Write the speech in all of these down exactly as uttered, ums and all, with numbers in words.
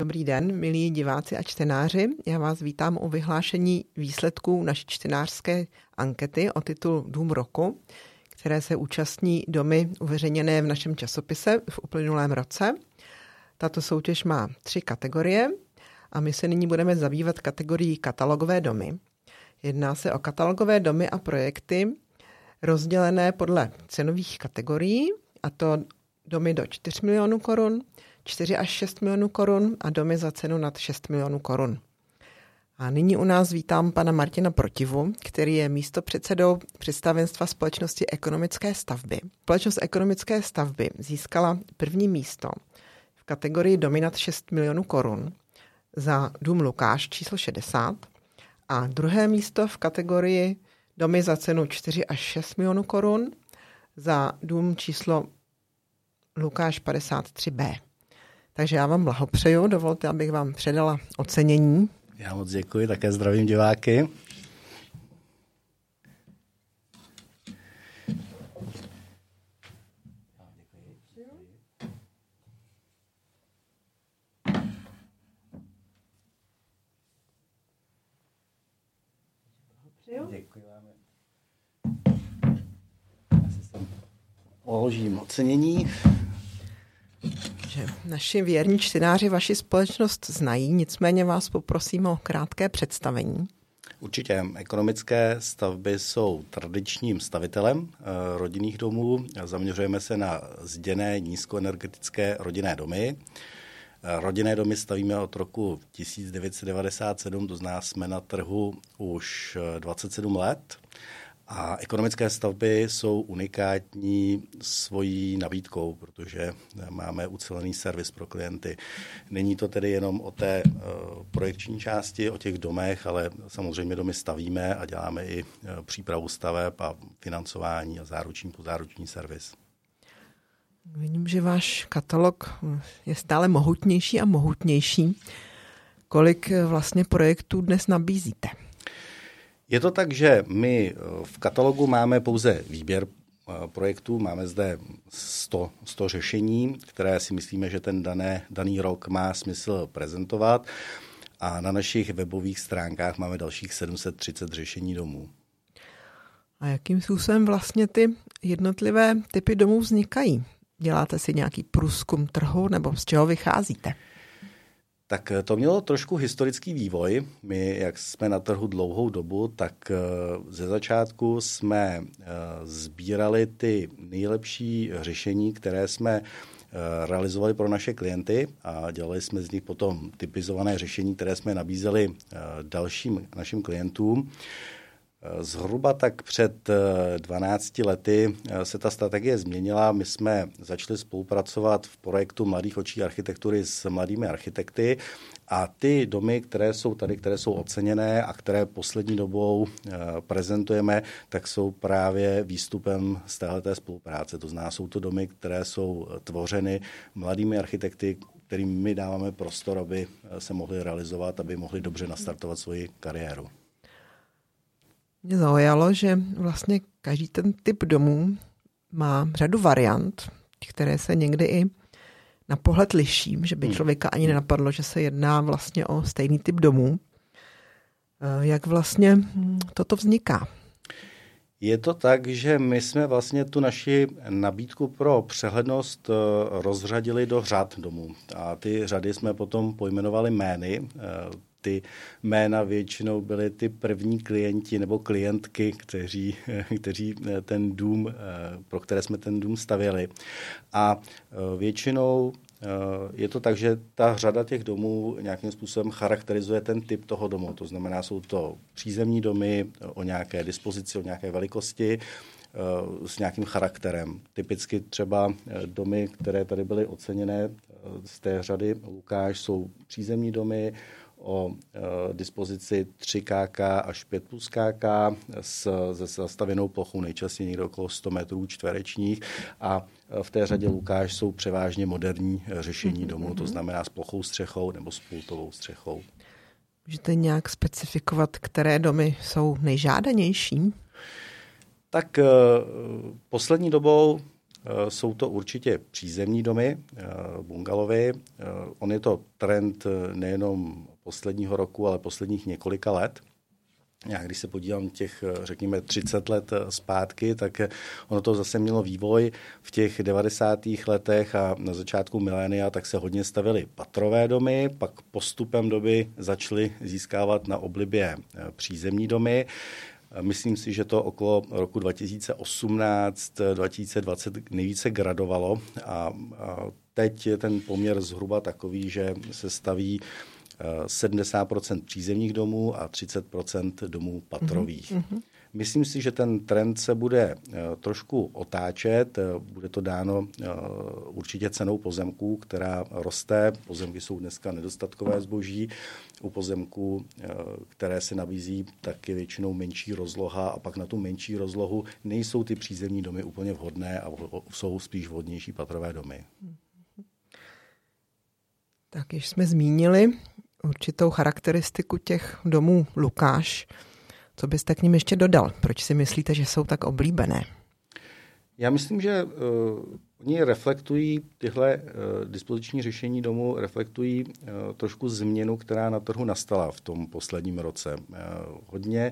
Dobrý den, milí diváci a čtenáři. Já vás vítám u vyhlášení výsledků naší čtenářské ankety o titul Dům roku, které se účastní domy uveřejněné v našem časopise v uplynulém roce. Tato soutěž má tři kategorie a my se nyní budeme zabývat kategorií katalogové domy. Jedná se o katalogové domy a projekty rozdělené podle cenových kategorií, a to domy do čtyři milionů korun, čtyři až šest milionů korun a domy za cenu nad šest milionů korun. A nyní u nás vítám pana Martina Protivu, který je místopředsedou představenstva Společnosti ekonomické stavby. Společnost ekonomické stavby získala první místo v kategorii domy nad šest milionů korun za dům Lukáš číslo šedesát a druhé místo v kategorii domy za cenu čtyři až šest milionů korun za dům číslo Lukáš padesát tři bé. Takže já vám blahopřeju, dovolte, abych vám předala ocenění. Já moc děkuji, také zdravím diváky. Děkuji vám. Já si sem položím ocenění. Že naši věrní čtenáři vaši společnost znají, nicméně vás poprosím o krátké představení. Určitě. Ekonomické stavby jsou tradičním stavitelem e, rodinných domů. Zaměřujeme se na zděné nízkoenergetické rodinné domy. E, rodinné domy stavíme od roku tisíc devět set devadesát sedm, to znamená, jsme na trhu už dvacet sedm let. A ekonomické stavby jsou unikátní svojí nabídkou, protože máme ucelený servis pro klienty. Není to tedy jenom o té uh, projekční části, o těch domech, ale samozřejmě domy stavíme a děláme i uh, přípravu staveb a financování a záruční pozáruční servis. Vidím, že váš katalog je stále mohutnější a mohutnější. Kolik vlastně projektů dnes nabízíte? Je to tak, že my v katalogu máme pouze výběr projektů, máme zde sto, sto řešení, které si myslíme, že ten dané, daný rok má smysl prezentovat, a na našich webových stránkách máme dalších sedm set třicet řešení domů. A jakým způsobem vlastně ty jednotlivé typy domů vznikají? Děláte si nějaký průzkum trhu nebo z čeho vycházíte? Tak to mělo trošku historický vývoj. My, jak jsme na trhu dlouhou dobu, tak ze začátku jsme sbírali ty nejlepší řešení, které jsme realizovali pro naše klienty, a dělali jsme z nich potom typizované řešení, které jsme nabízeli dalším našim klientům. Zhruba tak před dvanácti lety se ta strategie změnila. My jsme začali spolupracovat v projektu Mladých očí architektury s mladými architekty, a ty domy, které jsou tady, které jsou oceněné a které poslední dobou prezentujeme, tak jsou právě výstupem z téhleté spolupráce. To znamená, jsou to domy, které jsou tvořeny mladými architekty, kterým my dáváme prostor, aby se mohli realizovat, aby mohli dobře nastartovat svoji kariéru. Mě zaujalo, že vlastně každý ten typ domů má řadu variant, které se někdy i na pohled liší, že by člověka ani nenapadlo, že se jedná vlastně o stejný typ domů. Jak vlastně toto vzniká? Je to tak, že my jsme vlastně tu naši nabídku pro přehlednost rozřadili do řad domů. A ty řady jsme potom pojmenovali jmény. Ty jména většinou byly ty první klienti nebo klientky, kteří, kteří ten dům, pro které jsme ten dům stavěli. A většinou je to tak, že ta řada těch domů nějakým způsobem charakterizuje ten typ toho domu. To znamená, jsou to přízemní domy o nějaké dispozici, o nějaké velikosti, s nějakým charakterem. Typicky třeba domy, které tady byly oceněné z té řady Lukáš, jsou přízemní domy o e, dispozici tři ká ká až pět plus ká ká s, se zastavěnou plochou nejčastěji někde okolo sto metrů čtverečních, a v té řadě Lukáš jsou převážně moderní řešení domů, to znamená s plochou střechou nebo s pultovou střechou. Můžete nějak specifikovat, které domy jsou nejžádanější? Tak e, poslední dobou Jsou to určitě přízemní domy, bungalovy. On je to trend nejenom posledního roku, ale posledních několika let. Já když se podívám těch, řekněme, třicet let zpátky, tak ono to zase mělo vývoj. V těch devadesátých letech a na začátku milénia tak se hodně stavěly patrové domy, pak postupem doby začaly získávat na oblibě přízemní domy. Myslím si, že to okolo roku dva tisíce osmnáct dva tisíce dvacet nejvíce gradovalo a teď je ten poměr zhruba takový, že se staví sedmdesát procent přízemních domů a třicet procent domů patrových. Mm-hmm. Myslím si, že ten trend se bude trošku otáčet. Bude to dáno určitě cenou pozemků, která roste. Pozemky jsou dneska nedostatkové zboží. U pozemků, které se nabízí, tak je většinou menší rozloha a pak na tu menší rozlohu nejsou ty přízemní domy úplně vhodné a jsou spíš vhodnější patrové domy. Tak již jsme zmínili určitou charakteristiku těch domů Lukáš. Co byste k nim ještě dodal? Proč si myslíte, že jsou tak oblíbené? Já myslím, že uh, oni reflektují, tyhle uh, dispoziční řešení domu reflektují uh, trošku změnu, která na trhu nastala v tom posledním roce. Uh, hodně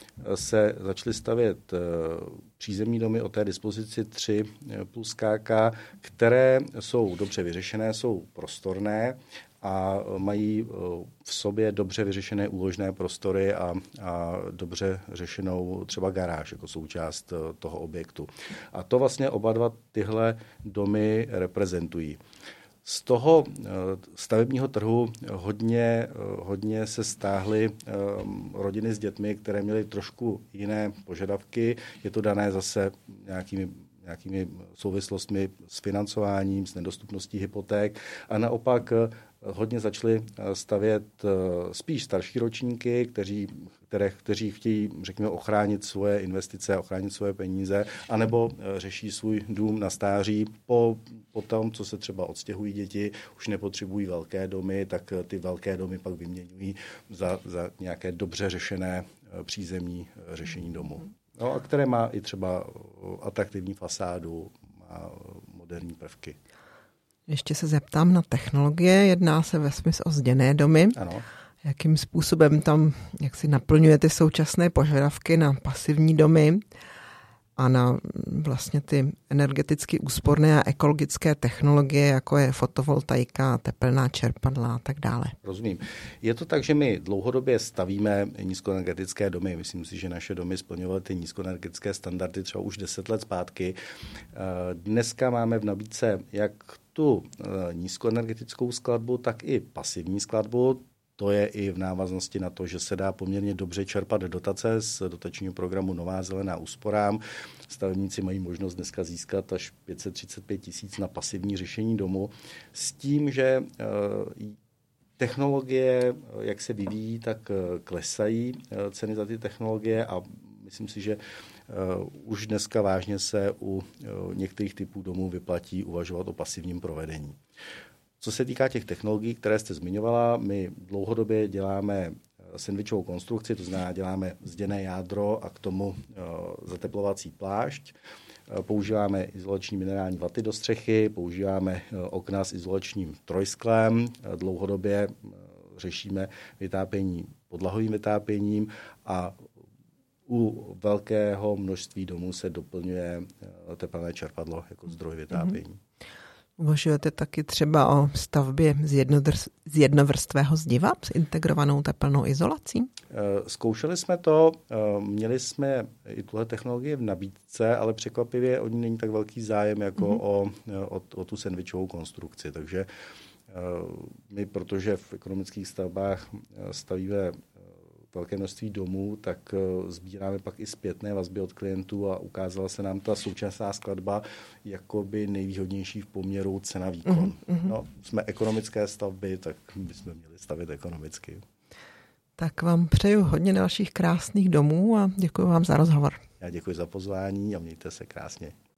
se začaly stavět uh, přízemní domy o té dispozici tři plus K K, které jsou dobře vyřešené, jsou prostorné a mají v sobě dobře vyřešené úložné prostory a, a dobře řešenou třeba garáž jako součást toho objektu. A to vlastně oba dva tyhle domy reprezentují. Z toho stavebního trhu hodně, hodně se stáhly rodiny s dětmi, které měly trošku jiné požadavky. Je to dané zase nějakými nějakými souvislostmi s financováním, s nedostupností hypoték a naopak hodně začaly stavět spíš starší ročníky, kteří, které, kteří chtějí, řekněme, ochránit svoje investice, ochránit svoje peníze, anebo řeší svůj dům na stáří. Po, po tom, co se třeba odstěhují děti, už nepotřebují velké domy, tak ty velké domy pak vyměňují za, za nějaké dobře řešené přízemní řešení domu. No, a které má i třeba atraktivní fasádu, má moderní prvky. Ještě se zeptám na technologie. Jedná se vesměs o zděné domy. Ano. Jakým způsobem tam, jak si naplňuje ty současné požadavky na pasivní domy a na vlastně ty energeticky úsporné a ekologické technologie, jako je fotovoltaika, tepelná čerpadla a tak dále. Rozumím. Je to tak, že my dlouhodobě stavíme nízkoenergetické domy. Myslím si, že naše domy splňovaly ty nízkoenergetické standardy třeba už deset let zpátky. Dneska máme v nabídce jak tu nízkoenergetickou skladbu, tak i pasivní skladbu. To je i v návaznosti na to, že se dá poměrně dobře čerpat dotace z dotačního programu Nová zelená úsporám. Stavebníci mají možnost dneska získat až pět set třicet pět tisíc na pasivní řešení domu s tím, že technologie, jak se vyvíjí, tak klesají ceny za ty technologie a myslím si, že už dneska vážně se u některých typů domů vyplatí uvažovat o pasivním provedení. Co se týká těch technologií, které jste zmiňovala, my dlouhodobě děláme sendvičovou konstrukci, to znamená děláme zděné jádro a k tomu zateplovací plášť. Používáme izolační minerální vaty do střechy, používáme okna s izolačním trojsklem, dlouhodobě řešíme vytápění podlahovým vytápěním a u velkého množství domů se doplňuje tepelné čerpadlo jako zdroj vytápění. Mm-hmm. Uvažujete taky třeba o stavbě z, jednodr- z jednovrstvého zdiva s integrovanou tepelnou izolací? Zkoušeli jsme to, měli jsme i tuhle technologii v nabídce, ale překvapivě o ní není tak velký zájem jako mm-hmm. o, o, o tu sendvičovou konstrukci. Takže my, protože v ekonomických stavbách stavíme velké množství domů, tak sbíráme pak i zpětné vazby od klientů a ukázala se nám ta současná skladba jakoby nejvýhodnější v poměru cena-výkon. Mm-hmm. No, jsme ekonomické stavby, tak bychom měli stavit ekonomicky. Tak vám přeju hodně dalších krásných domů a děkuji vám za rozhovor. Já děkuji za pozvání a mějte se krásně.